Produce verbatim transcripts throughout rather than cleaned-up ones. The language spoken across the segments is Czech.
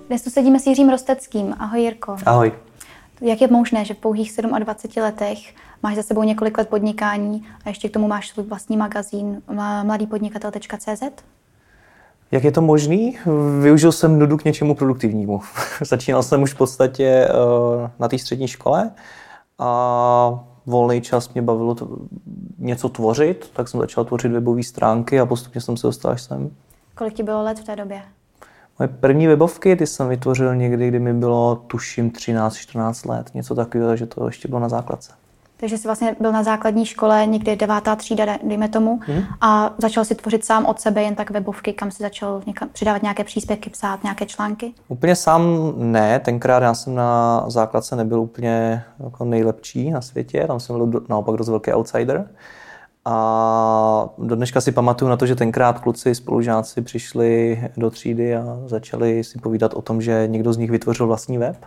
Dnes tu sedíme s Jiřím Rosteckým. Ahoj, Jirko. Ahoj. Jak je možné, že v pouhých dvaceti sedmi letech máš za sebou několik let podnikání a ještě k tomu máš svůj vlastní magazín mladý podnikatel tečka cé zet? Jak je to možný? Využil jsem nudu k něčemu produktivnímu. Začínal jsem už v podstatě na té střední škole a volný čas mě bavilo to, něco tvořit, tak jsem začal tvořit webové stránky a postupně jsem se dostal až sem. Kolik ti bylo let v té době? Moje první webovky, ty jsem vytvořil někdy, kdy mi bylo tuším třináct čtrnáct let, něco takového, že to ještě bylo na základce. Takže jsi vlastně byl na základní škole někdy devátá třída, dejme tomu, hmm. a začal si tvořit sám od sebe jen tak webovky, kam si začal někam, přidávat nějaké příspěvky, psát nějaké články? Úplně sám ne, tenkrát já jsem na základce nebyl úplně jako nejlepší na světě, tam jsem byl naopak dost velký outsider. A do dneška si pamatuju na to, že tenkrát kluci, spolužáci přišli do třídy a začali si povídat o tom, že někdo z nich vytvořil vlastní web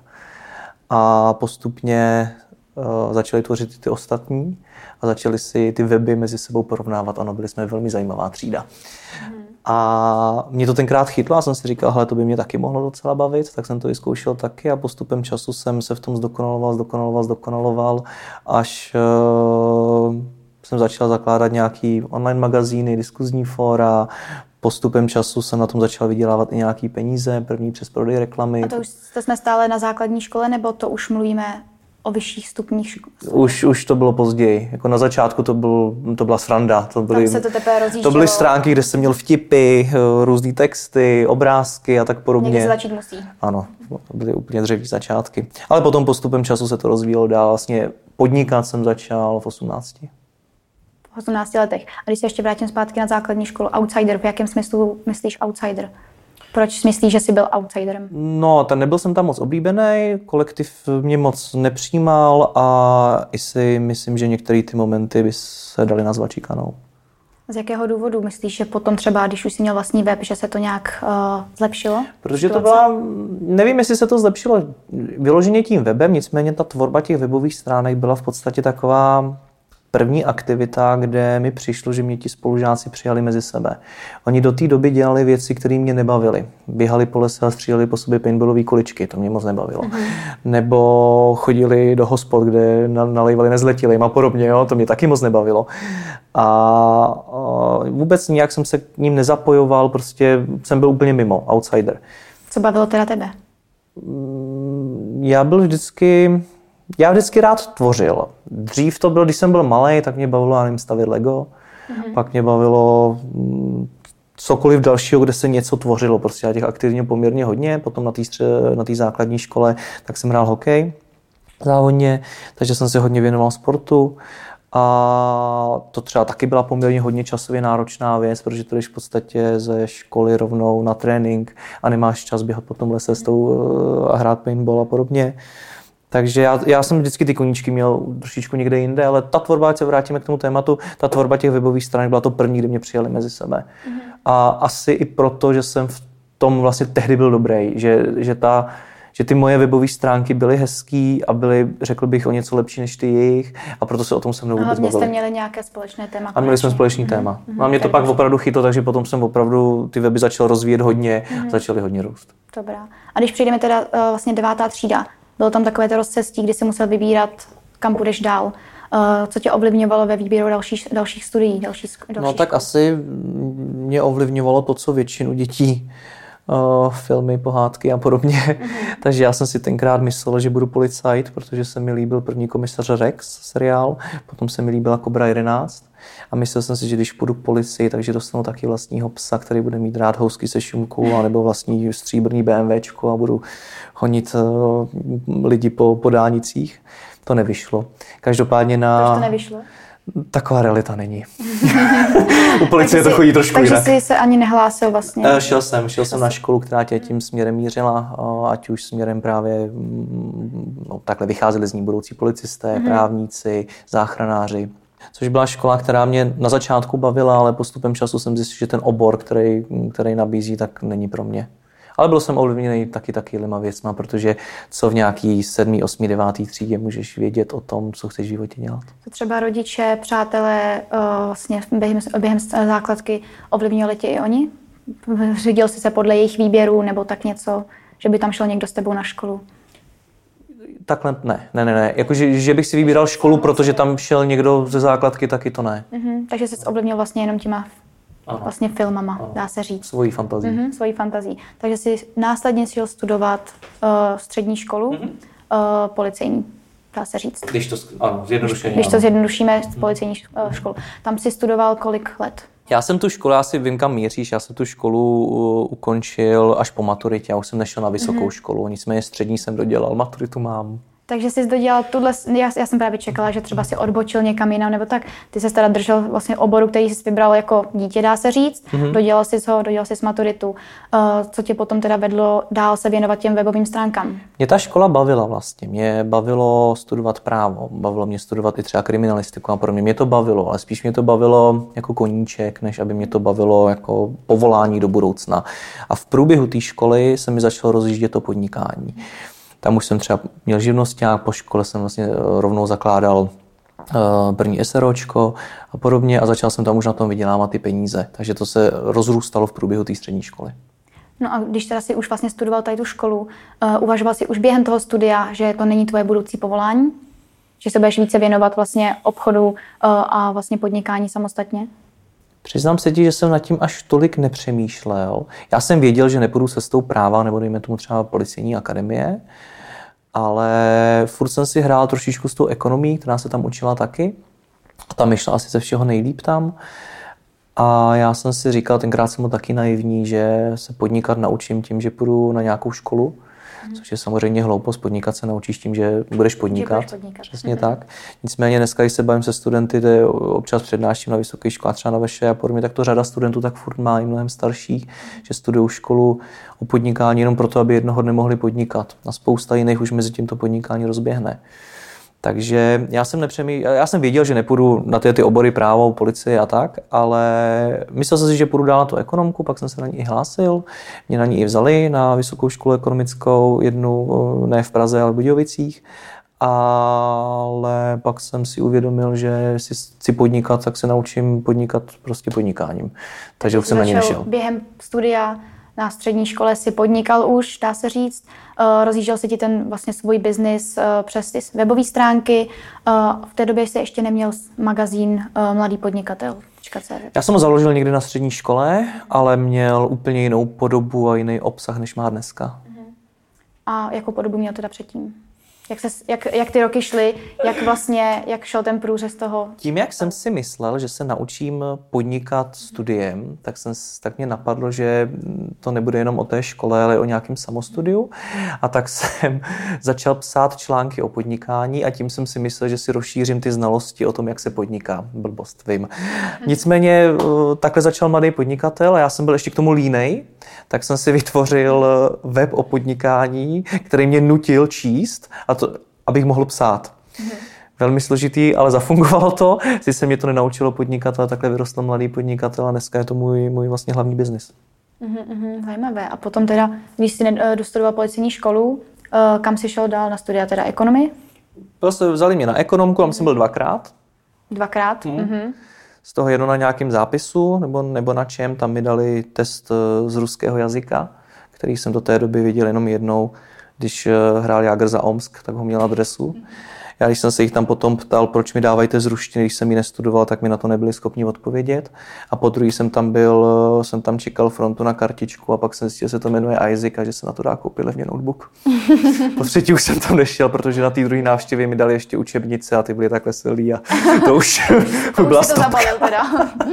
a postupně uh, začali tvořit ty ostatní a začali si ty weby mezi sebou porovnávat. Ano, byli jsme velmi zajímavá třída. Mm. A mě to tenkrát chytlo a jsem si říkal, hele, to by mě taky mohlo docela bavit, tak jsem to vyzkoušel taky a postupem času jsem se v tom zdokonaloval, zdokonaloval, zdokonaloval, až uh, jsem začal zakládat nějaký online magazíny, diskuzní fóra. Postupem času jsem na tom začal vydělávat i nějaký peníze, první přes prodej reklamy. A to už jsme stále na základní škole, nebo to už mluvíme o vyšších stupních školy? Už, už to bylo později. Jako na začátku to, byl, to byla sranda. To byly, tam se to teprve rozjíždělo. To byly stránky, kde jsem měl vtipy, různý texty, obrázky a tak podobně. Někdy se začít musí. Ano, to byly úplně dřeví začátky. Ale potom postupem času se to rozvíjelo dál. Vlastně podnikat jsem začal v osmnácti. V osmnácti letech. A když se ještě vrátím zpátky na základní školu, outsider, v jakém smyslu myslíš outsider? Proč myslíš, že jsi byl outsiderem? No, ten nebyl jsem tam moc oblíbený, kolektiv mě moc nepřijímal a i si myslím, že některé ty momenty by se daly nazvat šikanou. Z jakého důvodu myslíš, že potom třeba, když už jsi měl vlastní web, že se to nějak uh, zlepšilo? Protože to byla, nevím, jestli se to zlepšilo vyloženě tím webem, nicméně ta tvorba těch webových stránek byla v podstatě taková první aktivita, kde mi přišlo, že mě ti spolužáci přijali mezi sebe. Oni do té doby dělali věci, které mě nebavily. Běhali po lese a stříleli po sobě paintballové kuličky, to mě moc nebavilo. Mm-hmm. Nebo chodili do hospod, kde nalejvali nezletilým a podobně, jo? To mě taky moc nebavilo. A, a vůbec nijak jsem se k ním nezapojoval, prostě jsem byl úplně mimo, outsider. Co bavilo teda tebe? Já byl vždycky... Já vždycky rád tvořil. Dřív to bylo, když jsem byl malej, tak mě bavilo, já nevím, stavět Lego. Mm-hmm. Pak mě bavilo cokoliv dalšího, kde se něco tvořilo. Prostě já těch aktivně poměrně hodně. Potom na té na té základní škole tak jsem hrál hokej závodně, takže jsem se hodně věnoval sportu. A to třeba taky byla poměrně hodně časově náročná věc, protože to jdeš v podstatě ze školy rovnou na trénink a nemáš čas běhat po tom lese s tou a hrát paintball a podobně. Takže já, já jsem vždycky ty koníčky měl trošičku někde jinde, ale ta tvorba, ať se vrátíme k tomu tématu, ta tvorba těch webových stránek byla to první, kde mě přijali mezi sebe. Mm-hmm. A asi i proto, že jsem v tom vlastně tehdy byl dobrý, že, že, ta, že ty moje webové stránky byly hezký a byly, řekl bych, o něco lepší než ty jejich a proto se o tom se mnou vůbec bavili. Hlavně jste měli nějaké společné téma. A měli jsme společný mm-hmm. téma. Mm-hmm. A mě to pak opravdu chytlo, takže potom jsem opravdu ty weby začal rozvíjet hodně, mm-hmm. začaly hodně růst. Dobrá. A když přijdeme teda uh, vlastně devátá třída, bylo tam takové to rozcestí, kdy jsi musel vybírat, kam půjdeš dál. Uh, co tě ovlivňovalo ve výběru dalších, dalších studií? Další, další no tak škol? Asi mě ovlivňovalo to, co většinu dětí. Uh, filmy, pohádky a podobně. Mm-hmm. Takže já jsem si tenkrát myslel, že budu policajt, protože se mi líbil První komisař Rex seriál, potom se mi líbila Kobra jedenáct a myslel jsem si, že když půjdu k policii, takže dostanu taky vlastního psa, který bude mít rád housky se šumkou, anebo vlastní stříbrný BMWčko a budu honit uh, lidi po, po dálnicích. To nevyšlo. Každopádně na... Proč to nevyšlo? Taková realita není. U policie to chodí trošku takže jinak. Takže jsi se ani nehlásil vlastně? Uh, šel jsem, šel jsem na školu, která tě tím směrem mířila, uh, ať už směrem právě, no, takhle vycházeli z ní budoucí policisté, mm-hmm. právníci, záchranáři. Což byla škola, která mě na začátku bavila, ale postupem času jsem zjistil, že ten obor, který, který nabízí, tak není pro mě. Ale byl jsem ovlivněný taky takýhlema věcma, protože co v nějaký sedmý, osmý, devátý třídě můžeš vědět o tom, co chceš v životě dělat. To třeba rodiče, přátelé vlastně během, během základky ovlivnili tě i oni? Řídil jsi se podle jejich výběrů nebo tak něco, že by tam šel někdo s tebou na školu? Takhle ne, ne, ne, ne. Jakože, že bych si vybíral školu, protože tam šel někdo ze základky, taky to ne. Mm-hmm. Takže jsi ovlivnil vlastně jenom těma Ano. vlastně filmama, Ano. dá se říct. Svojí fantazí. Mm-hmm, svojí fantazí. Takže jsi následně šel studovat uh, střední školu, mm-hmm. uh, policejní, dá se říct. Když to, ano, zjednodušeně. Když to zjednodušíme, policejní uh, školu. Tam jsi studoval kolik let? Já jsem tu školu, já si vím, kam míříš, já jsem tu školu uh, ukončil až po maturitě, já už jsem nešel na vysokou mm-hmm. školu, nicméně střední jsem dodělal, maturitu mám. Takže jsi dodělal tuhle, já, já jsem právě čekala, že třeba si odbočil někam jinam, nebo tak. Ty se teda držel vlastně oboru, který jsi vybral jako dítě, dá se říct. Mm-hmm. Dodělal jsi ho, dodělal jsi maturitu. Uh, co tě potom teda vedlo dál se věnovat těm webovým stránkám? Mě ta škola bavila vlastně. Mě bavilo studovat právo, bavilo mě studovat i třeba kriminalistiku a podobně. Mě to bavilo, ale spíš mě to bavilo jako koníček, než aby mě to bavilo jako povolání do budoucna. A v průběhu té školy se mi začalo rozjíždět to podnikání. Tam už jsem třeba měl živnosťák, po škole jsem vlastně rovnou zakládal uh, první SROčko a podobně a začal jsem tam už na tom vydělávat ty peníze. Takže to se rozrůstalo v průběhu té střední školy. No a když teda si už vlastně studoval tady tu školu, uh, uvažoval si už během toho studia, že to není tvoje budoucí povolání? Že se budeš více věnovat vlastně obchodu uh, a vlastně podnikání samostatně? Přiznám se ti, že jsem nad tím až tolik nepřemýšlel. Já jsem věděl, že nepůjdu cestou práva, nebo dejme tomu třeba policejní akademie, ale furt jsem si hrál trošičku s tou ekonomií, která se tam učila taky. A tam myšla asi ze všeho nejlíp tam. A já jsem si říkal, tenkrát jsem byl taky naivní, že se podnikat naučím tím, že půjdu na nějakou školu, mm. což je samozřejmě hloupost, podnikat se naučíš tím, že budeš podnikat. Že budeš podnikat. Přesně mm. tak. Nicméně dneska, když se bavím se studenty, kde občas přednáším na vysoké škole, třeba na Veše a podobně, tak to řada studentů tak furt má i mnohem starších, že studují školu o podnikání jenom proto, aby jednoho dne mohli podnikat. A spousta jiných už mezi tímto podnikání rozběhne. Takže já jsem, nepřemý... já jsem věděl, že nepůjdu na ty, ty obory právo, policie a tak, ale myslel jsem si, že půjdu dál na tu ekonomku, pak jsem se na ní i hlásil. Mě na ní i vzali na vysokou školu ekonomickou, jednu ne v Praze, ale v Budějovicích. Ale pak jsem si uvědomil, že si chci podnikat, tak se naučím podnikat prostě podnikáním. Takže už jsem na ní nešel. Během studia na střední škole si podnikal už, dá se říct. Uh, rozjížděl si ti ten vlastně svůj biznis uh, přes ty webové stránky. Uh, v té době jsi ještě neměl magazín uh, Mladý podnikatel. Já jsem ho založil někdy na střední škole, ale měl úplně jinou podobu a jiný obsah, než má dneska. Uh-huh. A jakou podobu měl teda předtím? Jak, se, jak, jak ty roky šly, jak vlastně, jak šel ten průřez toho? Tím, jak jsem si myslel, že se naučím podnikat studiem, tak, jsem, tak mě napadlo, že to nebude jenom o té škole, ale o nějakém samostudiu. A tak jsem začal psát články o podnikání a tím jsem si myslel, že si rozšířím ty znalosti o tom, jak se podniká. Blbost, vím. Nicméně takhle začal Mladý podnikatel a já jsem byl ještě k tomu línej, tak jsem si vytvořil web o podnikání, který mě nutil číst, a to, abych mohl psát. Mm-hmm. Velmi složitý, ale zafungovalo to. Sice mě to nenaučilo podnikat, ale takhle vyrostl Mladý podnikatel a dneska je to můj, můj vlastně hlavní biznis. Mm-hmm, zajímavé. A potom teda, když jsi dostudoval policejní školu, kam jsi šel dál na studia, teda ekonomii? Prostě vzali mě na ekonomku, tam jsem byl dvakrát. Dvakrát? Mm. Mm-hmm. Z toho jedno na nějakém zápisu, nebo, nebo na čem, tam mi dali test z ruského jazyka, který jsem do té doby viděl jenom jednou. Když hrál Jágr za Omsk, tak ho měl adresu. Já když jsem se jich tam potom ptal, proč mi dávají z ruštiny, když jsem ji nestudoval, tak mi na to nebyli schopni odpovědět. A po druhý jsem tam byl, jsem tam čekal frontu na kartičku a pak jsem zjistil, že se to jmenuje Isaac a že se na to dá koupit levně notebook. Po třetí už jsem tam nešel, protože na té druhé návštěvě mi dali ještě učebnice a ty byly takhle silný a to už to byla už to zabalil teda.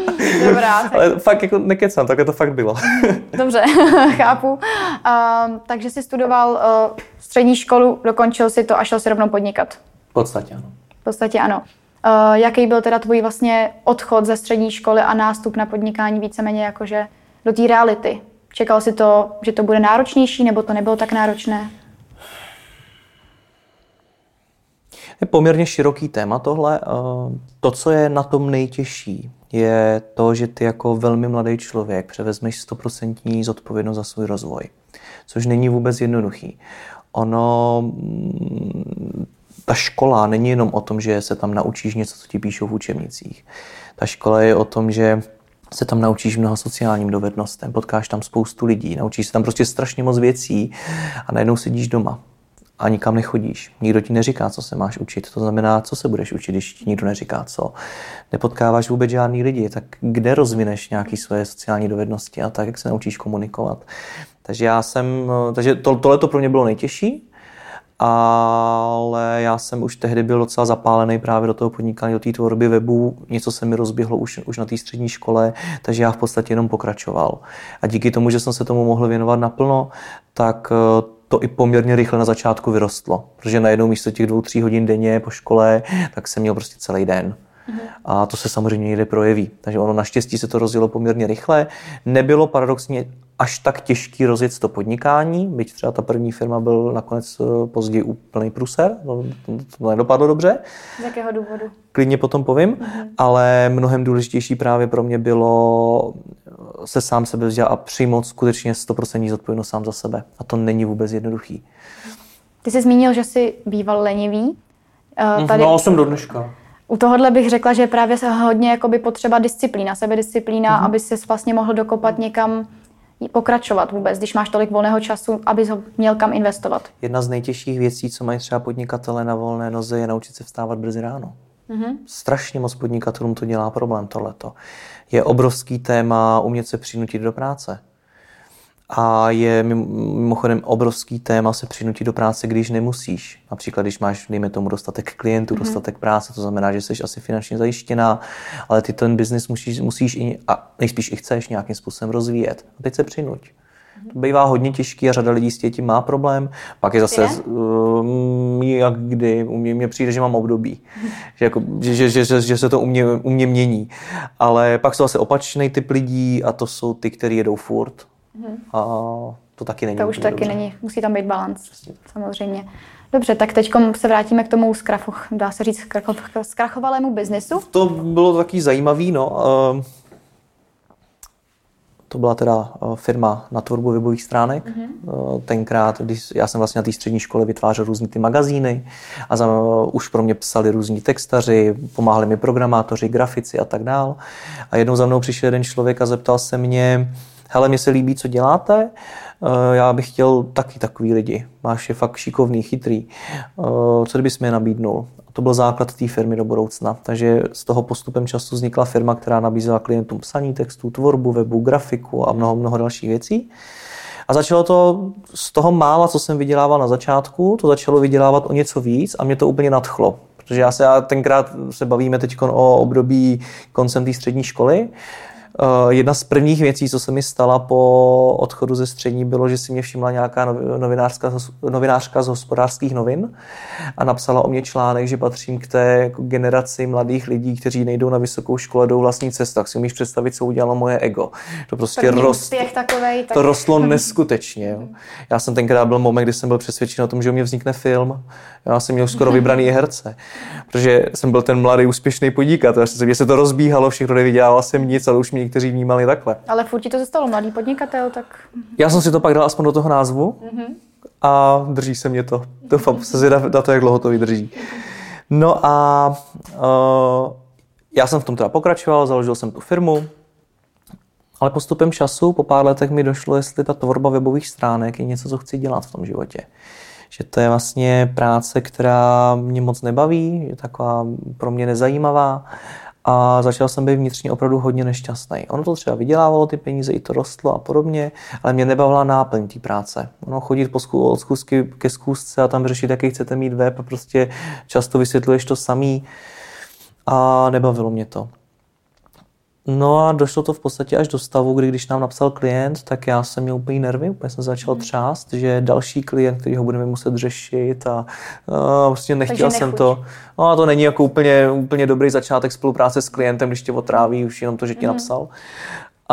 Dobrá. Tak... Ale fakt jako nekecám, takhle to fakt bylo. Dobře, chápu. Uh, takže jsi studoval uh, střední školu, dokončil si to a šel si rovnou podnikat. V podstatě ano. V podstatě ano. Uh, jaký byl teda tvůj vlastně odchod ze střední školy a nástup na podnikání víceméně jakože do té reality? Čekal jsi to, že to bude náročnější, nebo to nebylo tak náročné? Je poměrně široký téma tohle. To, co je na tom nejtěžší, je to, že ty jako velmi mladý člověk převezmeš sto procent zodpovědnost za svůj rozvoj, což není vůbec jednoduchý. Ono, ta škola není jenom o tom, že se tam naučíš něco, co ti píšou v učebnicích. Ta škola je o tom, že se tam naučíš mnoho sociálním dovednostem, potkáš tam spoustu lidí, naučíš se tam prostě strašně moc věcí a najednou sedíš doma a nikam nechodíš. Nikdo ti neříká, co se máš učit. To znamená, co se budeš učit, když ti nikdo neříká co. Nepotkáváš vůbec žádný lidi, tak kde rozvineš nějaké své sociální dovednosti a tak, jak se naučíš komunikovat. Takže já jsem, takže to, tohle to pro mě bylo nejtěžší, ale já jsem už tehdy byl docela zapálený právě do toho podnikání, do té tvorby webu. Něco se mi rozběhlo už, už na té střední škole, takže já v podstatě jenom pokračoval. A díky tomu, že jsem se tomu mohl věnovat naplno, tak to i poměrně rychle na začátku vyrostlo. Protože najednou místo těch dvou, tří hodin denně po škole, tak jsem měl prostě celý den. Mhm. A to se samozřejmě někde projeví. Takže ono naštěstí se to rozjelo poměrně rychle. Nebylo paradoxně až tak těžký rozjet to podnikání, byť třeba ta první firma byl nakonec později úplný průser, to, to, to nedopadlo dobře. Z jakého důvodu? Klidně potom povím, mhm. ale mnohem důležitější právě pro mě bylo se sám sebe vzdělat a přijmout skutečně sto procent zodpovědnost sám za sebe. A to není vůbec jednoduchý. Ty jsi zmínil, že jsi býval lenivý. Tady... No, jsem do dneška. U tohohle bych řekla, že je právě hodně jakoby potřeba disciplína, sebedisciplína, mm-hmm. aby ses vlastně mohl dokopat někam pokračovat vůbec, když máš tolik volného času, abys ho měl kam investovat. Jedna z nejtěžších věcí, co mají třeba podnikatelé na volné noze, je naučit se vstávat brzy ráno. Mm-hmm. Strašně moc podnikatelům to dělá problém tohleto. Je obrovský téma umět se přinutit do práce. A je mimochodem obrovský téma se přinutit do práce, když nemusíš. Například, když máš, dejme tomu, dostatek klientů, mm-hmm. dostatek práce, to znamená, že jsi asi finančně zajištěná, ale ty ten biznis musíš, musíš i, a nejspíš i chceš nějakým způsobem rozvíjet. A teď se přinuť. Mm-hmm. To bývá hodně těžký a řada lidí s tím má problém. Pak je zase, um, jak kdy, mně přijde, že mám období, mm-hmm. že, jako, že, že, že, že, že se to u mě, u mě mění. Ale pak jsou zase opačný typ lidí a to jsou ty, kteří jedou furt. A to taky není. To už taky dobře. není, musí tam být balanc, samozřejmě. Dobře, tak teď se vrátíme k tomu zkrachu, dá se říct, zkrachovalému biznesu. To bylo taky zajímavý, no. To byla teda firma na tvorbu webových stránek. Mm-hmm. Tenkrát, když já jsem vlastně na té střední škole vytvářel různý ty magazíny a za, už pro mě psali různí textaři, pomáhali mi programátoři, grafici a tak dál. A jednou za mnou přišel jeden člověk a zeptal se mě: hele, mně se líbí, co děláte, já bych chtěl taky takový lidi. Máš je fakt šikovný, chytrý. Co kdybys mě nabídnul? To byl základ té firmy do budoucna. Takže z toho postupem času vznikla firma, která nabízela klientům psaní textů, tvorbu webu, grafiku a mnoho, mnoho dalších věcí. A začalo to z toho mála, co jsem vydělával na začátku, to začalo vydělávat o něco víc a mě to úplně nadchlo. Protože já se já tenkrát se bavíme teď o období koncem té střední školy. Jedna z prvních věcí, co se mi stala po odchodu ze střední, bylo, že si mě všimla nějaká novinářka, novinářka z Hospodářských novin a napsala o mě článek, že patřím k té jako generaci mladých lidí, kteří nejdou na vysokou školu, jdou vlastní cestou. Tak si umíš představit, co udělalo moje ego. To prostě rost, takovej, tak... to rostlo neskutečně. Jo. Já jsem tenkrát byl moment, kdy jsem byl přesvědčen o tom, že u mě vznikne film. Já jsem měl skoro vybraný herce, protože jsem byl ten mladý úspěšný podnikatel. Mě se to rozbíhalo, všechno nevydělával jsem nic, ale už mě někteří vnímali takhle. Ale furt ti to zůstalo, mladý podnikatel, tak... Já jsem si to pak dal aspoň do toho názvu mm-hmm. a drží se mě to. Doufám, se zvědav na to, jak dlouho to vydrží. No a uh, já jsem v tom teda pokračoval, založil jsem tu firmu, ale postupem času, po pár letech mi došlo, jestli ta tvorba webových stránek je něco, co chci dělat v tom životě. Že to je vlastně práce, která mě moc nebaví, je taková pro mě nezajímavá. A začal jsem být vnitřně opravdu hodně nešťastný. Ono to třeba vydělávalo ty peníze, i to rostlo a podobně, ale mě nebavila náplň té práce. Ono chodit po zku, od zkusky ke zkusce a tam řešit, jaký chcete mít web a prostě často vysvětluješ to samý a nebavilo mě to. No a došlo to v podstatě až do stavu, kdy když nám napsal klient, tak já jsem měl úplně nervy, úplně jsem začal třást, že další klient, který ho budeme muset řešit a, a prostě nechtěl jsem to. No a to není jako úplně, úplně dobrý začátek spolupráce s klientem, když tě otráví už jenom to, že ti mm. napsal. A,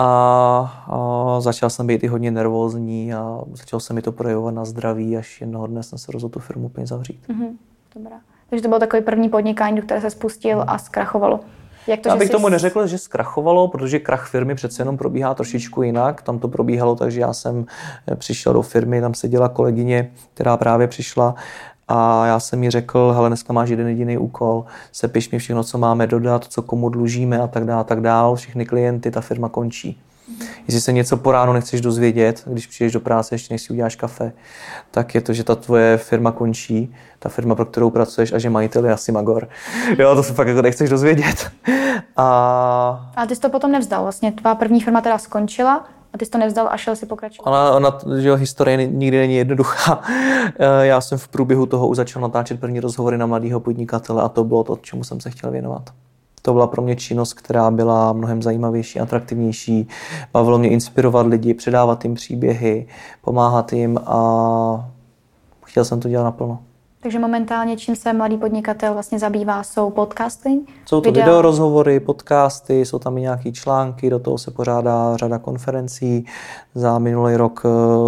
a začal jsem být i hodně nervózní a začal se mi to projevovat na zdraví, až jednoho dne jsem se rozhodl tu firmu úplně zavřít. Mm-hmm. Dobrá. Takže to bylo takový první podnikání, do které se spustil a zkrachovalo. Jak to, já bych jsi... tomu neřekl, že zkrachovalo, protože krach firmy přece jenom probíhá trošičku jinak. Tam to probíhalo, takže já jsem přišel do firmy, tam seděla kolegyně, která právě přišla A já jsem jí řekl, hele, dneska máš jeden jediný úkol, sepiš mi všechno, co máme dodat, co komu dlužíme a tak dále, a tak dále, všechny klienty, ta firma končí. Jestli se něco po ránu nechceš dozvědět, když přijdeš do práce, ještě než si uděláš kafe, tak je to, že ta tvoje firma končí, ta firma, pro kterou pracuješ a že majitel je asi magor. Jo, to se fakt jako nechceš dozvědět. A... a ty jsi to potom nevzdal, vlastně tvá první firma teda skončila a ty jsi to nevzdal a šel si pokračovat. Ona, ona že jo, historie nikdy není jednoduchá. Já jsem v průběhu toho už začal natáčet první rozhovory na mladého podnikatele a to bylo to, čemu jsem se chtěl věnovat. To byla pro mě činnost, která byla mnohem zajímavější, atraktivnější. Bavilo mě inspirovat lidi, předávat jim příběhy, pomáhat jim a chtěl jsem to dělat naplno. Takže momentálně, čím se mladý podnikatel vlastně zabývá, jsou podcasty? Jsou to video rozhovory, podcasty, jsou tam i nějaké články, do toho se pořádá řada konferencí. Za minulý rok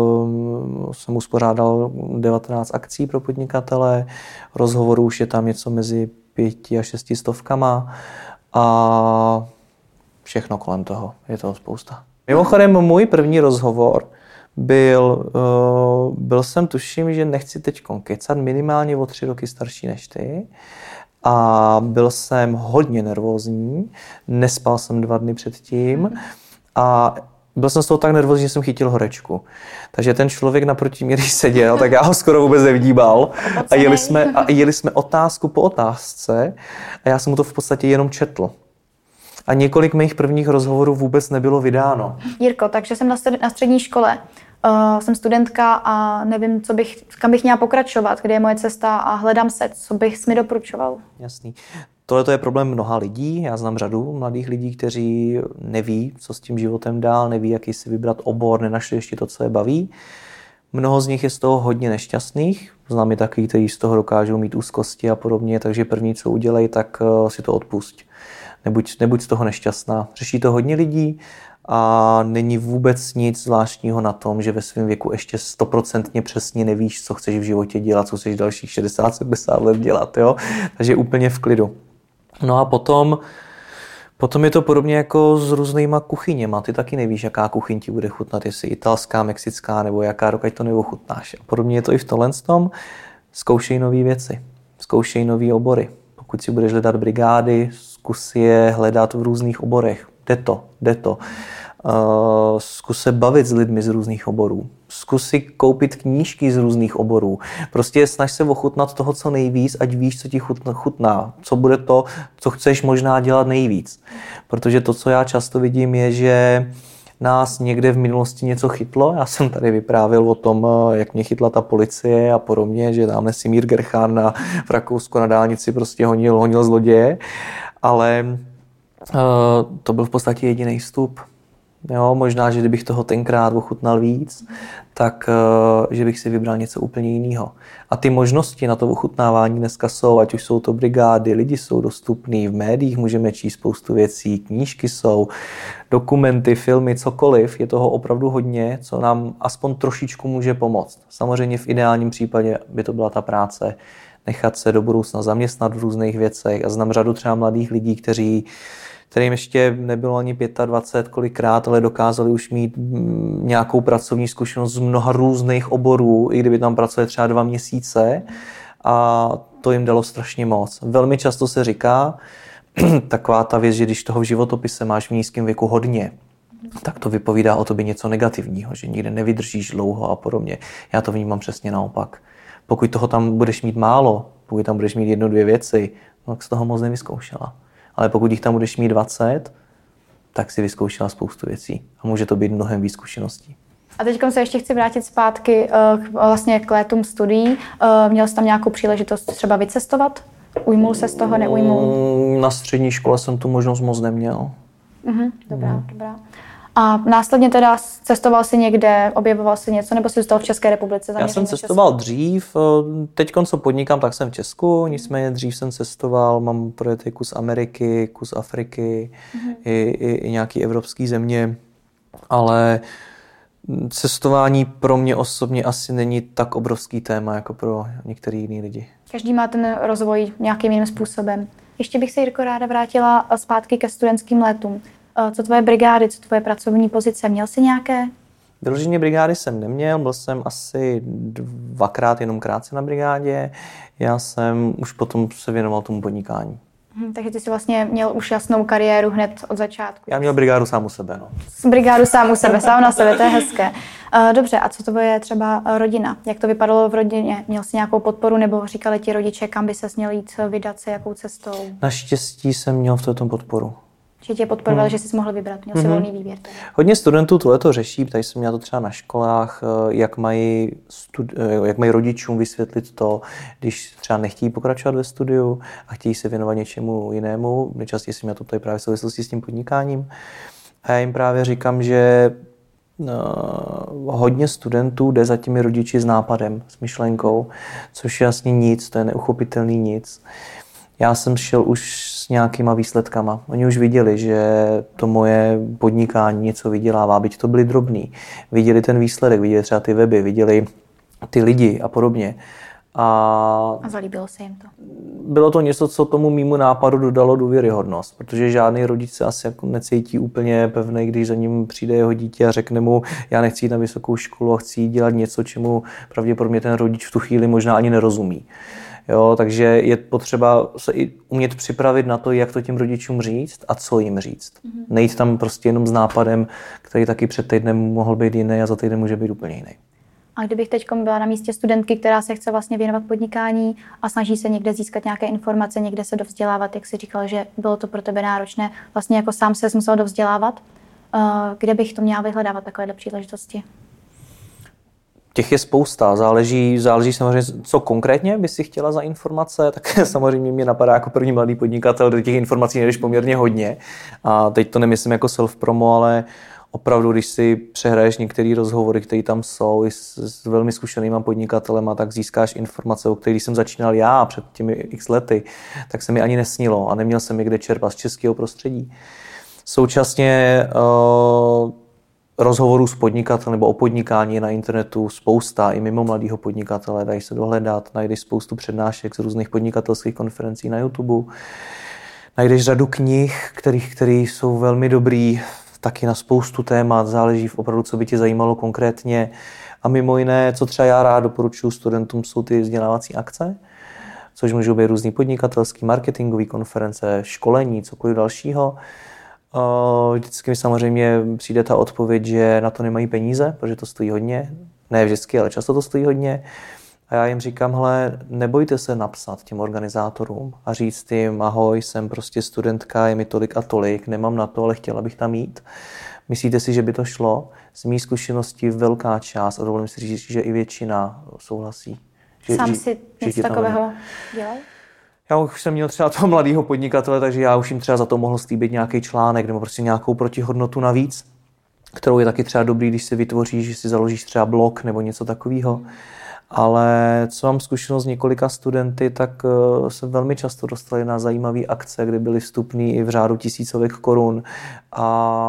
jsem uspořádal devatenáct akcí pro podnikatele, rozhovorů už je tam něco mezi pěti a šesti stovkama a všechno kolem toho, je toho spousta. Mimochodem, můj první rozhovor byl, uh, byl jsem tuším, že nechci teď kecat, minimálně o tři roky starší než ty a byl jsem hodně nervózní, nespal jsem dva dny předtím a byl jsem z toho tak nervózní, že jsem chytil horečku. Takže ten člověk naproti mě, když seděl, tak já ho skoro vůbec nevnímal. A jeli jsme, a jeli jsme otázku po otázce a já jsem mu to v podstatě jenom četl. A několik mých prvních rozhovorů vůbec nebylo vydáno. Jirko, takže jsem na střední škole. Uh, jsem studentka a nevím, co bych, kam bych měla pokračovat, kde je moje cesta a hledám se, co bych mi doporučoval. Jasný. Tohle to je problém mnoha lidí. Já znám řadu mladých lidí, kteří neví, co s tím životem dál, neví, jaký si vybrat obor, nenašli ještě to, co je baví. Mnoho z nich je z toho hodně nešťastných. Znám i takový, kteří z toho dokážou mít úzkosti a podobně, takže první, co udělej, tak si to odpusť. Nebuď, nebuď z toho nešťastná. Řeší to hodně lidí a není vůbec nic zvláštního na tom, že ve svém věku ještě stoprocentně přesně nevíš, co chceš v životě dělat, co chceš dalších šedesát sedmdesát let dělat. Jo? Takže úplně v klidu. No a potom, potom je to podobně jako s různýma kuchyněma. Ty taky nevíš, jaká kuchyň ti bude chutnat, jestli italská, mexická nebo jaká, dokud to neochutnáš. A podobně je to i v tomhle tom. Zkoušej nové věci, zkoušej nové obory. Pokud si budeš hledat brigády, zkus je hledat v různých oborech. Jde to, jde to. Uh, zkus se bavit s lidmi z různých oborů. Zkus si koupit knížky z různých oborů. Prostě snaž se ochutnat toho, co nejvíc, ať víš, co ti chutná. Co bude to, co chceš možná dělat nejvíc. Protože to, co já často vidím, je, že nás někde v minulosti něco chytlo. Já jsem tady vyprávěl o tom, jak mě chytla ta policie a podobně, že tamhle Simír Gerchán na, v Rakousku na dálnici prostě honil, honil zloděje. Ale uh, to byl v podstatě jediný vstup. Jo, možná, že kdybych toho tenkrát ochutnal víc, tak uh, že bych si vybral něco úplně jiného. A ty možnosti na to ochutnávání dneska jsou, ať už jsou to brigády, lidi jsou dostupní, v médiích můžeme číst spoustu věcí, knížky jsou, dokumenty, filmy, cokoliv, je toho opravdu hodně, co nám aspoň trošičku může pomoct. Samozřejmě v ideálním případě by to byla ta práce, nechat se do budoucna zaměstnat v různých věcech. A znám řadu třeba mladých lidí, kteří kterým ještě nebylo ani dvacet pět kolikrát, ale dokázali už mít nějakou pracovní zkušenost z mnoha různých oborů, i kdyby tam pracovali třeba dva měsíce a to jim dalo strašně moc. Velmi často se říká taková ta věc, že když toho v životopise máš v nízkém věku hodně, tak to vypovídá o tobě něco negativního, že nikde nevydržíš dlouho a podobně. Já to vnímám přesně naopak. Pokud toho tam budeš mít málo, pokud tam budeš mít jednu, dvě věci, no tak z toho moc nevyzkoušela. Ale pokud jich tam budeš mít dvacet, tak si vyzkoušela spoustu věcí. A může to být mnohem víc zkušeností. A teď se ještě chci vrátit zpátky uh, vlastně k létům studií. Uh, měl jsi tam nějakou příležitost třeba vycestovat? Ujmul se z toho, neujmul? Na střední škole jsem tu možnost moc neměl. Uh-huh, dobrá, uh-huh. dobrá. A následně teda cestoval jsi někde, objevoval jsi něco, nebo jsi zůstal v České republice? Já jsem cestoval dřív, teď, co podnikám, tak jsem v Česku, nicméně dřív jsem cestoval, mám projetý kus Ameriky, kus Afriky, mm-hmm. i, i, i nějaký evropský země, ale cestování pro mě osobně asi není tak obrovský téma, jako pro některý jiný lidi. Každý má ten rozvoj nějakým jiným způsobem. Ještě bych se, Jirko, ráda vrátila zpátky ke studentským létům. Co tvoje brigády, co tvoje pracovní pozice? Měl jsi nějaké? Vyloženě brigády jsem neměl, byl jsem asi dvakrát jenom krátce na brigádě. Já jsem už potom se věnoval tomu podnikání. Hmm, takže ty jsi vlastně měl už jasnou kariéru hned od začátku. Já měl brigádu sám u sebe, no. Brigádu sám u sebe, sám na sebe, to je hezké. Uh, dobře, a co to je třeba rodina? Jak to vypadalo v rodině? Měl jsi nějakou podporu nebo říkali ti rodiče, kam by ses měl jít, vydat se, jakou cestou? Naštěstí jsem měl v tom podporu. Že tě podporoval, hmm. že jsi mohl vybrat, měl jsi hmm. volný výběr. Tady. Hodně studentů tohleto řeší, ptají se mě to třeba na školách, jak mají, studi- jak mají rodičům vysvětlit to, když třeba nechtějí pokračovat ve studiu a chtějí se věnovat něčemu jinému. Nejčastěji se mě to ptají právě v souvislosti s tím podnikáním. A já jim právě říkám, že Uh, hodně studentů jde za těmi rodiči s nápadem, s myšlenkou, což je jasně nic, to je neuchopitelný nic. Já jsem šel už s nějakýma výsledkama. Oni už viděli, že to moje podnikání něco vydělává, byť to byly drobný. Viděli ten výsledek, viděli třeba ty weby, viděli ty lidi a podobně. A, a zalíbilo se jim to. Bylo to něco, co tomu mýmu nápadu dodalo důvěryhodnost, protože žádný rodič se asi jako necítí úplně pevný, když za ním přijde jeho dítě a řekne mu, já nechci jít na vysokou školu a chci dělat něco, čemu pravděpodobně ten rodič v tu chvíli možná ani nerozumí. Jo, takže je potřeba se i umět připravit na to, jak to těm rodičům říct a co jim říct. Mm-hmm. Nejít tam prostě jenom s nápadem, který taky před týdnem mohl být jiný a za týden může být úplně jiný. A kdybych teď byla na místě studentky, která se chce vlastně věnovat podnikání a snaží se někde získat nějaké informace, někde se dovzdělávat, jak jsi říkal, že bylo to pro tebe náročné, vlastně jako sám se musel dovzdělávat, kde bych to měla vyhledávat takovéhle příležitosti? Těch je spousta, záleží, záleží samozřejmě, co konkrétně by si chtěla za informace, tak samozřejmě mě napadá jako první mladý podnikatel, do těch informací nejdeš poměrně hodně. A teď to nemyslím jako self-promo, ale opravdu, když si přehraješ některé rozhovory, které tam jsou i s, s velmi zkušenýma podnikatelema, tak získáš informace, o kterých jsem začínal já před těmi x lety, tak se mi ani nesnilo a neměl jsem je kde čerpat z českého prostředí. Současně uh, rozhovorů s podnikatelem nebo o podnikání na internetu spousta, i mimo mladého podnikatele, dají se dohledat, najdeš spoustu přednášek z různých podnikatelských konferencí na YouTube, najdeš řadu knih, kterých, které jsou velmi dobrý, taky na spoustu témat, záleží v opravdu, co by tě zajímalo konkrétně. A mimo jiné, co třeba já rád doporučuji studentům, jsou ty vzdělávací akce, což můžou být různý podnikatelský, marketingový konference, školení, cokoliv dalšího. Vždycky mi samozřejmě přijde ta odpověď, že na to nemají peníze, protože to stojí hodně. Ne vždycky, ale často to stojí hodně. A já jim říkám, hele, nebojte se napsat těm organizátorům a říct jim, ahoj, jsem prostě studentka, je mi tolik a tolik, nemám na to, ale chtěla bych tam jít. Myslíte si, že by to šlo? Z mých zkušeností velká část, a dovolím si říct, že i většina souhlasí. Že, Sám že, si něco takového dělal? Já už jsem měl třeba toho mladého podnikatele, takže já už jim třeba za to mohl slíbit nějaký článek nebo prostě nějakou protihodnotu navíc, kterou je taky třeba dobrý, když si vytvoříš, že si založíš třeba blog nebo něco takového. Ale co mám zkušenost s několika studenty, tak se velmi často dostali na zajímavé akce, kde byly vstupný i v řádu tisícovek korun a,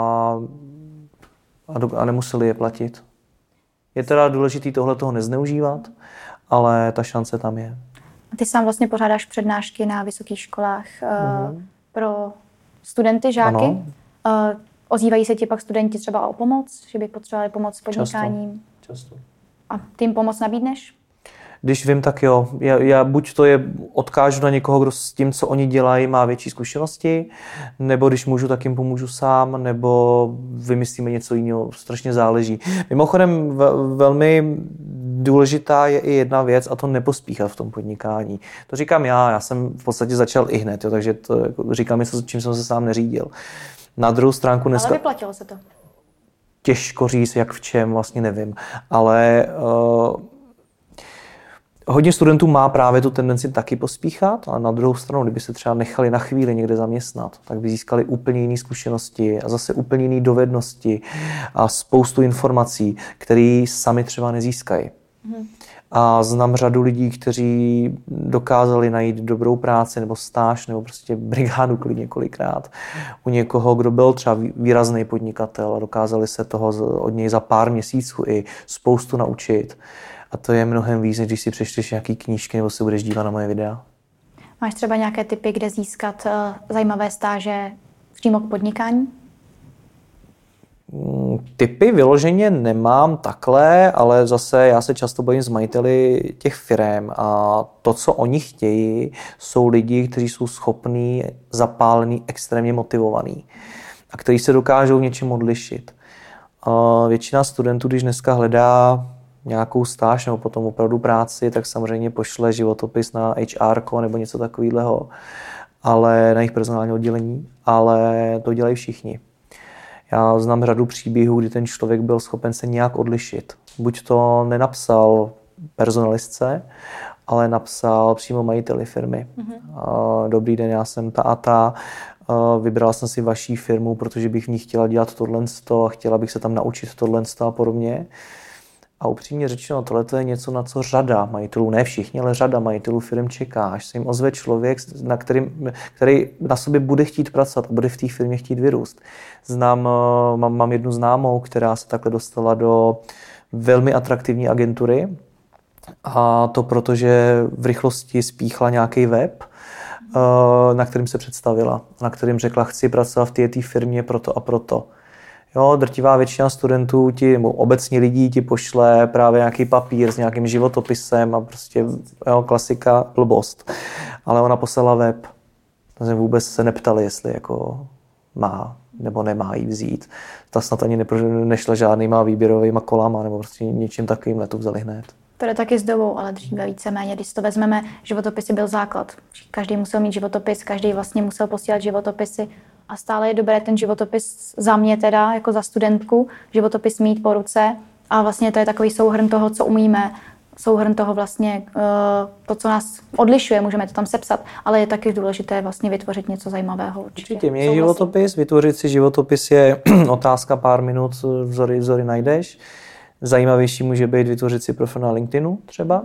a, do, a nemuseli je platit. Je teda důležité tohle toho nezneužívat, ale ta šance tam je. A ty sám vlastně pořádáš přednášky na vysokých školách mm. uh, pro studenty, žáky. Ano. Uh, ozývají se ti pak studenti třeba o pomoc, že by potřebovali pomoc s podnikáním? Často. Často. A ty jim pomoc nabídneš? Když vím, tak jo. Já, já buď to je odkážu na někoho, kdo s tím, co oni dělají, má větší zkušenosti, nebo když můžu, tak jim pomůžu sám, nebo vymyslíme něco jiného. Strašně záleží. Mimochodem v, velmi důležitá je i jedna věc, a to nepospíchat v tom podnikání. To říkám já, já jsem v podstatě začal i hned, jo, takže to jako, říkám něco, čím jsem se sám neřídil. Na druhou stránku dneska... Ale vyplatilo se to. Těžko říct, jak v čem, vlastně nevím. Ale uh, hodně studentů má právě tu tendenci taky pospíchat, ale na druhou stranu, kdyby se třeba nechali na chvíli někde zaměstnat, tak by získali úplně jiné zkušenosti a zase úplně jiné dovednosti a spoustu informací, které sami třeba nezískají. Hmm. A znám řadu lidí, kteří dokázali najít dobrou práci nebo stáž nebo prostě brigádu klidně kolikrát u někoho, kdo byl třeba výrazný podnikatel a dokázali se toho od něj za pár měsíců i spoustu naučit. A to je mnohem víc, než když si přečteš nějaký knížky nebo se budeš dívat na moje videa. Máš třeba nějaké tipy, kde získat uh, zajímavé stáže přímo k podnikání? Typy vyloženě nemám takhle, ale zase já se často bavím s majiteli těch firem a to, co oni chtějí, jsou lidi, kteří jsou schopní, zapálení, extrémně motivovaní a kteří se dokážou v něčem odlišit. A většina studentů, když dneska hledá nějakou stáž nebo potom opravdu práci, tak samozřejmě pošle životopis na há er ko nebo něco takového, ale na jejich personální oddělení, ale to dělají všichni. Já znám řadu příběhů, kdy ten člověk byl schopen se nějak odlišit. Buď to nenapsal personalistce, ale napsal přímo majiteli firmy. Mm-hmm. Dobrý den, já jsem ta a ta, vybral jsem si vaší firmu, protože bych v ní chtěla dělat tohle a chtěla bych se tam naučit tohle a podobně. A upřímně řečeno, tohle je něco, na co řada majitelů, ne všichni, ale řada majitelů firm čeká, až se jim ozve člověk, na kterým, který na sobě bude chtít pracovat a bude v té firmě chtít vyrůst. Znám, mám, mám jednu známou, která se takhle dostala do velmi atraktivní agentury a to proto, že v rychlosti spíchla nějaký web, na kterým se představila, na kterým řekla, chci pracovat v té firmě proto a proto. Jo, drtivá většina studentů ti, nebo obecně lidí ti pošle právě nějaký papír s nějakým životopisem a prostě jo, klasika, blbost. Ale ona poslala web. Takže vůbec se neptali, jestli jako má nebo nemá jí vzít. Ta snad ani nepro, nešla žádnýma výběrovýma kolama nebo prostě něčím takovým, tu vzali hned. To jde taky s dobou, ale dříve víceméně, když to vezmeme, životopisy byl základ. Každý musel mít životopis, každý vlastně musel posílat životopisy. A stále je dobré ten životopis za mě teda, jako za studentku, životopis mít po ruce a vlastně to je takový souhrn toho, co umíme, souhrn toho vlastně, to, co nás odlišuje, můžeme to tam sepsat, ale je taky důležité vlastně vytvořit něco zajímavého. Určitě, určitě měj životopis, vytvořit si životopis je otázka pár minut, vzory, vzory najdeš. Zajímavější může být vytvořit si profil na LinkedInu třeba.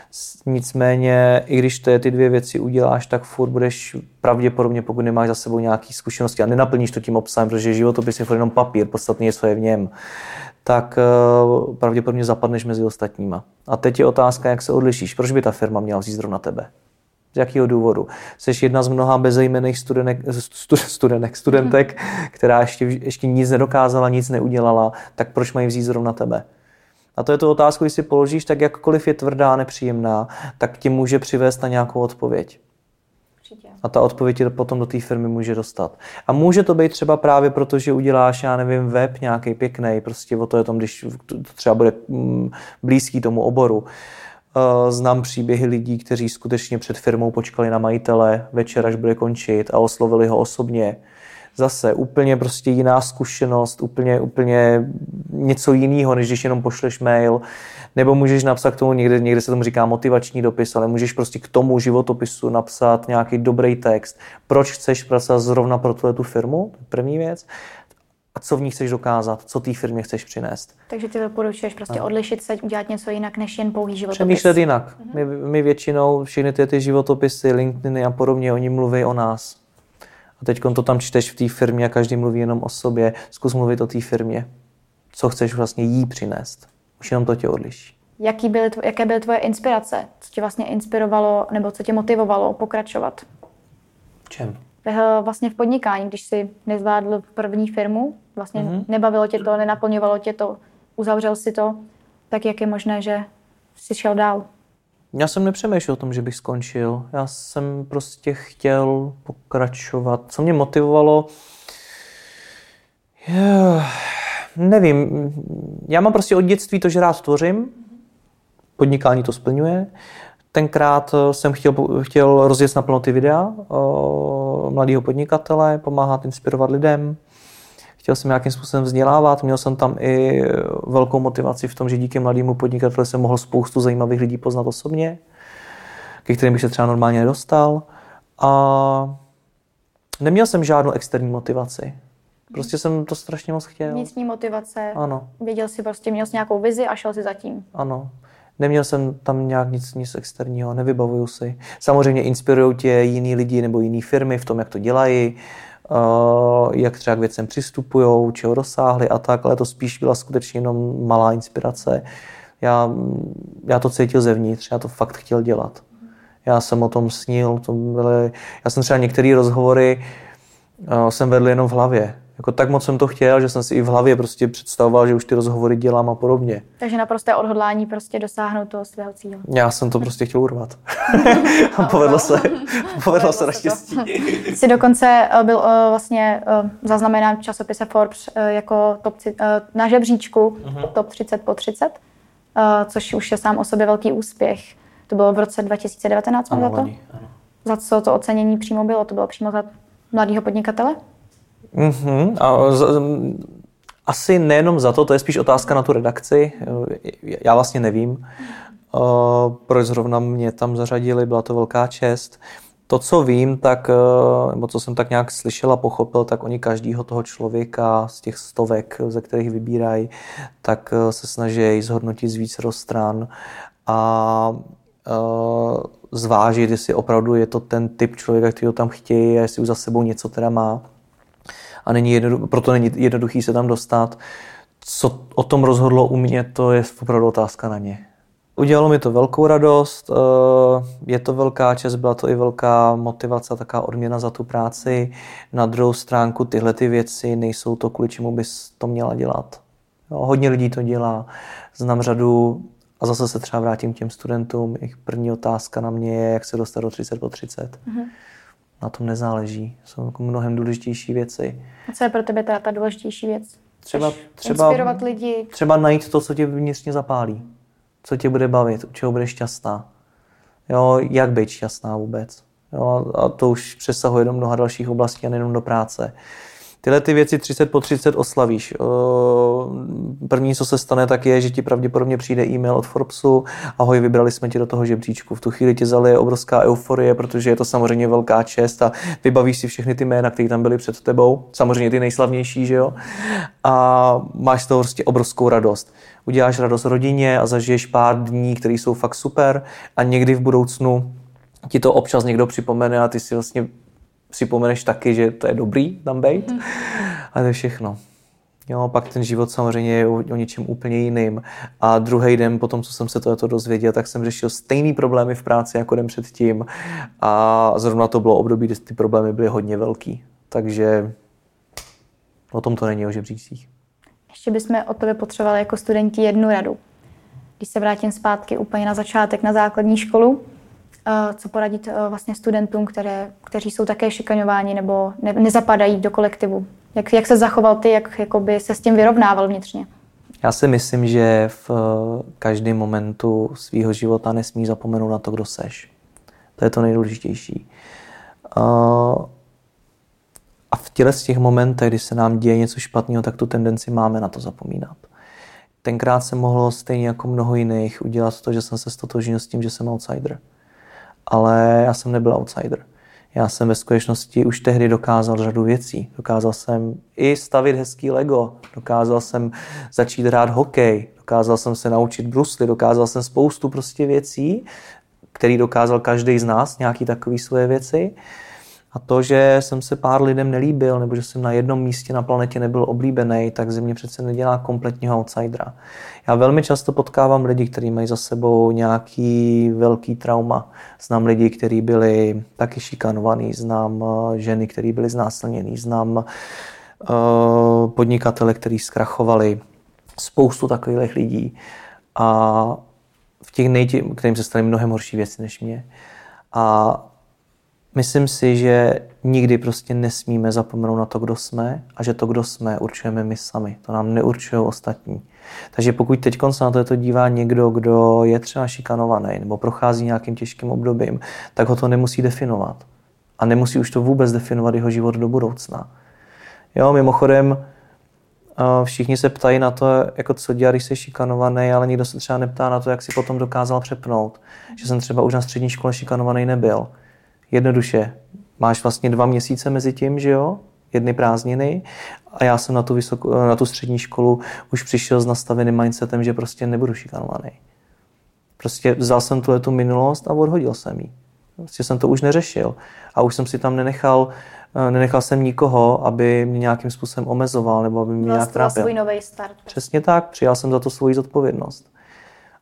Nicméně, i když to je ty dvě věci uděláš, tak furt budeš pravděpodobně, pokud nemáš za sebou nějaké zkušenosti a nenaplníš to tím obsahem, protože životopis je furt jenom papír, podstatně je, co je v něm, tak uh, pravděpodobně zapadneš mezi ostatníma. A teď je otázka, jak se odlišíš. Proč by ta firma měla vzít zrovna tebe? Z jakého důvodu? Jsi jedna z mnoha bezejmenných studenek, studenek, studentek, která ještě, ještě nic nedokázala, nic neudělala, tak proč mají vzít zrovna tebe? A to je to otázku, když si položíš, tak jakkoliv je tvrdá, nepříjemná, tak ti může přivést na nějakou odpověď. Určitě. A ta odpověď tě potom do té firmy může dostat. A může to být třeba právě proto, že uděláš, já nevím, web nějaký pěkný, prostě o to je tom, když to třeba bude blízký tomu oboru. Znám příběhy lidí, kteří skutečně před firmou počkali na majitele večer, až bude končit a oslovili ho osobně. Zase úplně prostě jiná zkušenost, úplně, úplně něco jiného, než když jenom pošleš mail, nebo můžeš napsat k tomu, někde, někde se tomu říká motivační dopis, ale můžeš prostě k tomu životopisu napsat nějaký dobrý text. Proč chceš pracovat zrovna pro tuhle tu firmu? První věc. A co v ní chceš dokázat, co té firmě chceš přinést. Takže ty doporučuješ prostě no. odlišit se, udělat něco jinak, než jen pouhý životopis. Přemýšlet jinak. Mhm. My, my většinou všechny ty, ty životopisy, LinkedIny a podobně, oni mluví o nás. A teď to tam čteš v té firmě a každý mluví jenom o sobě. Zkus mluvit o té firmě. Co chceš vlastně jí přinést. Už jenom to tě odliší. Jaký byly, jaké byly tvoje inspirace? Co tě vlastně inspirovalo nebo co tě motivovalo pokračovat? V čem? Vlastně v podnikání, když jsi nezvládl první firmu, vlastně mm-hmm. nebavilo tě to, nenaplňovalo tě to, uzavřel si to, tak jak je možné, že jsi šel dál? Já jsem nepřemýšlel o tom, že bych skončil. Já jsem prostě chtěl pokračovat. Co mě motivovalo? Je, nevím. Já mám prostě od dětství to, že rád tvořím. Podnikání to splňuje. Tenkrát jsem chtěl, chtěl rozjet naplno ty videa o mladého podnikatele, pomáhat, inspirovat lidem. Chtěl jsem nějakým způsobem vzdělávat, měl jsem tam i velkou motivaci v tom, že díky mladému podnikateli jsem mohl spoustu zajímavých lidí poznat osobně, ke kterým bych se třeba normálně nedostal. A neměl jsem žádnou externí motivaci. Prostě jsem to strašně moc chtěl. Vnitřní motivace. Ano. Věděl jsi prostě, měl jsi nějakou vizi a šel si za tím. Ano. Neměl jsem tam nějak nic, nic externího, nevybavuju si. Samozřejmě inspirují tě jiní lidi nebo jiné firmy v tom, jak to dělají, Uh, jak třeba k věcem přistupujou, čeho dosáhli a tak, ale to spíš byla skutečně jenom malá inspirace. Já, já to cítil zevnitř, já to fakt chtěl dělat. Já jsem o tom snil, to byly, já jsem třeba některé rozhovory uh, jsem vedl jenom v hlavě. Jako tak moc jsem to chtěl, že jsem si i v hlavě prostě představoval, že už ty rozhovory dělám a podobně. Takže naprosté odhodlání prostě dosáhnout toho svého cíle. Já jsem to prostě chtěl urvat. A povedlo se. Povedlo se naštěstí. Jsi dokonce byl vlastně zaznamenán v časopise Forbes jako top, na žebříčku uh-huh. top třicet po třicet, což už je sám o sobě velký úspěch. To bylo v roce dva tisíce devatenáct, ano, za to? Loni, ano. Za co to ocenění přímo bylo? To bylo přímo za mladého podnikatele? Mm-hmm. A z, asi nejenom za to, to je spíš otázka na tu redakci. Já vlastně nevím, uh, proč zrovna mě tam zařadili, byla to velká čest. To, co vím, tak, uh, nebo co jsem tak nějak slyšel a pochopil, tak oni každýho toho člověka z těch stovek, ze kterých vybírají, tak uh, se snaží zhodnotit z více stran a uh, zvážit, jestli opravdu je to ten typ člověka, který ho tam chtějí a jestli už za sebou něco teda má. A není jednodu, proto není jednoduchý se tam dostat. Co o tom rozhodlo u mě, to je opravdu otázka na ně. Udělalo mi to velkou radost, je to velká čest, byla to i velká motivace, taková odměna za tu práci. Na druhou stránku tyhle ty věci nejsou to, kvůli čemu bys to měla dělat. Jo, hodně lidí to dělá, znám řadu, a zase se třeba vrátím k těm studentům. Jejich první otázka na mě je, jak se dostat do třicet po třicet. Mm-hmm. Na tom nezáleží. Jsou jako mnohem důležitější věci. A co je pro tebe teda ta důležitější věc? Třeba, třeba, inspirovat lidi? Třeba najít to, co tě vnitřně zapálí. Co tě bude bavit, u čeho budeš šťastná. Jo, jak být šťastná vůbec. Jo, a to už přesahuje do mnoha dalších oblastí a nejenom do práce. Tyhle ty věci třicet po třicet oslavíš. První, co se stane, tak je, že ti pravděpodobně přijde e-mail od Forbesu. Ahoj, vybrali jsme tě do toho žebříčku. V tu chvíli tě zalije obrovská euforie, protože je to samozřejmě velká čest a vybavíš si všechny ty jména, které tam byly před tebou. Samozřejmě ty nejslavnější, že jo? A máš z toho prostě obrovskou radost. Uděláš radost rodině a zažiješ pár dní, které jsou fakt super a někdy v budoucnu ti to občas někdo připomene a ty si vlastně připomeneš taky, že to je dobrý tam bejt. Hmm. A to je všechno. Jo, pak ten život samozřejmě je o, o něčem úplně jiným. A druhý den potom, co jsem se tohleto dozvěděl, tak jsem řešil stejný problémy v práci jako den předtím. A zrovna to bylo období, kdy ty problémy byly hodně velký. Takže o tom to není o žebříčcích. Ještě bychom od tebe potřebovali jako studenti jednu radu. Když se vrátím zpátky úplně na začátek na základní školu, co poradit vlastně studentům, které, kteří jsou také šikaňováni nebo ne, nezapadají do kolektivu? Jak, jak se zachoval ty, jak jakoby se s tím vyrovnával vnitřně? Já si myslím, že v každém momentu svého života nesmíš zapomenout na to, kdo seš. To je to nejdůležitější. A v těle z těch momentech, kdy se nám děje něco špatného, tak tu tendenci máme na to zapomínat. Tenkrát se mohlo stejně jako mnoho jiných udělat to, že jsem se stotožnil s tím, že jsem outsider. Ale já jsem nebyl outsider. Já jsem ve skutečnosti už tehdy dokázal řadu věcí. Dokázal jsem i stavit hezký Lego, dokázal jsem začít hrát hokej, dokázal jsem se naučit brusly, dokázal jsem spoustu prostě věcí, které dokázal každý z nás, nějaký takový svoje věci. A to, že jsem se pár lidem nelíbil, nebo že jsem na jednom místě na planetě nebyl oblíbený, tak ze mě přece nedělá kompletního outsidera. Já velmi často potkávám lidi, kteří mají za sebou nějaký velký trauma. Znám lidi, kteří byli taky šikanovaní, znám ženy, které byly znásilněný, znám uh, podnikatele, kteří zkrachovali. Spoustu takových lidí. A v těch nejtě, kterým se staly mnohem horší věci než mě. A myslím si, že nikdy prostě nesmíme zapomenout na to, kdo jsme a že to, kdo jsme, určujeme my sami. To nám neurčují ostatní. Takže pokud teď se na to dívá někdo, kdo je třeba šikanovaný nebo prochází nějakým těžkým obdobím, tak ho to nemusí definovat. A nemusí už to vůbec definovat jeho život do budoucna. Jo, mimochodem, všichni se ptají na to, jako co dělat, když jsi šikanovaný, ale nikdo se třeba neptá na to, jak si potom dokázal přepnout. Že jsem třeba už na střední škole šikanovaný nebyl. Jednoduše. Máš vlastně dva měsíce mezi tím, že jo? Jedny prázdniny a já jsem na tu, vysokou, na tu střední školu už přišel s nastaveným mindsetem, že prostě nebudu šikanovaný. Prostě vzal jsem tuhletu minulost a odhodil jsem ji. Prostě jsem to už neřešil a už jsem si tam nenechal, nenechal jsem nikoho, aby mě nějakým způsobem omezoval nebo aby mě nějak trápil. Svůj nový start. Přesně tak, přijal jsem za to svoji zodpovědnost.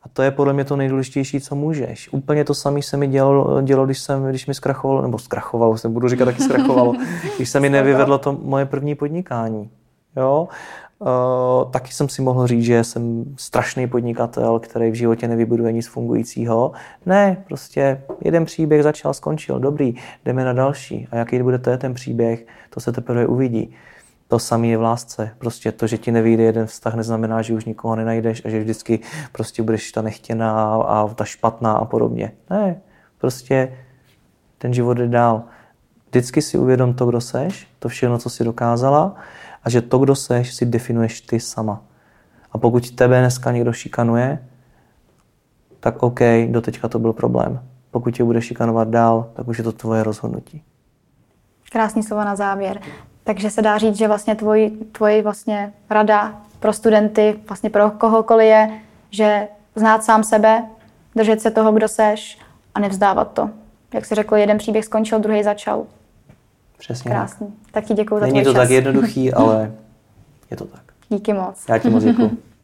A to je podle mě to nejdůležitější, co můžeš. Úplně to samé se mi dělo, dělo když, jsem, když mi zkrachovalo, nebo zkrachovalo, se budu říkat taky zkrachovalo, když se mi nevyvedlo to moje první podnikání. Jo? Uh, taky jsem si mohl říct, že jsem strašný podnikatel, který v životě nevybuduje nic fungujícího. Ne, prostě jeden příběh začal, skončil, dobrý, jdeme na další. A jaký bude to ten příběh, to se teprve uvidí. To samé je v lásce. Prostě to, že ti nevyjde jeden vztah, neznamená, že už nikoho nenajdeš a že vždycky prostě budeš ta nechtěná a ta špatná a podobně. Ne, prostě ten život jde dál. Vždycky si uvědom to, kdo seš, to všechno, co jsi dokázala, a že to, kdo seš, si definuješ ty sama. A pokud tebe dneska někdo šikanuje, tak OK, doteďka to byl problém. Pokud tě bude šikanovat dál, tak už je to tvoje rozhodnutí. Krásný slova na závěr. Takže se dá říct, že vlastně tvoj, tvoj vlastně rada pro studenty, vlastně pro kohokoliv je, že znát sám sebe, držet se toho, kdo seš a nevzdávat to. Jak jsi řekl, jeden příběh skončil, druhý začal. Přesně. Krásný. Tak ti děkuju za tvůj čas. Není to tak jednoduchý, ale je to tak. Díky moc. Já ti moc děkuju.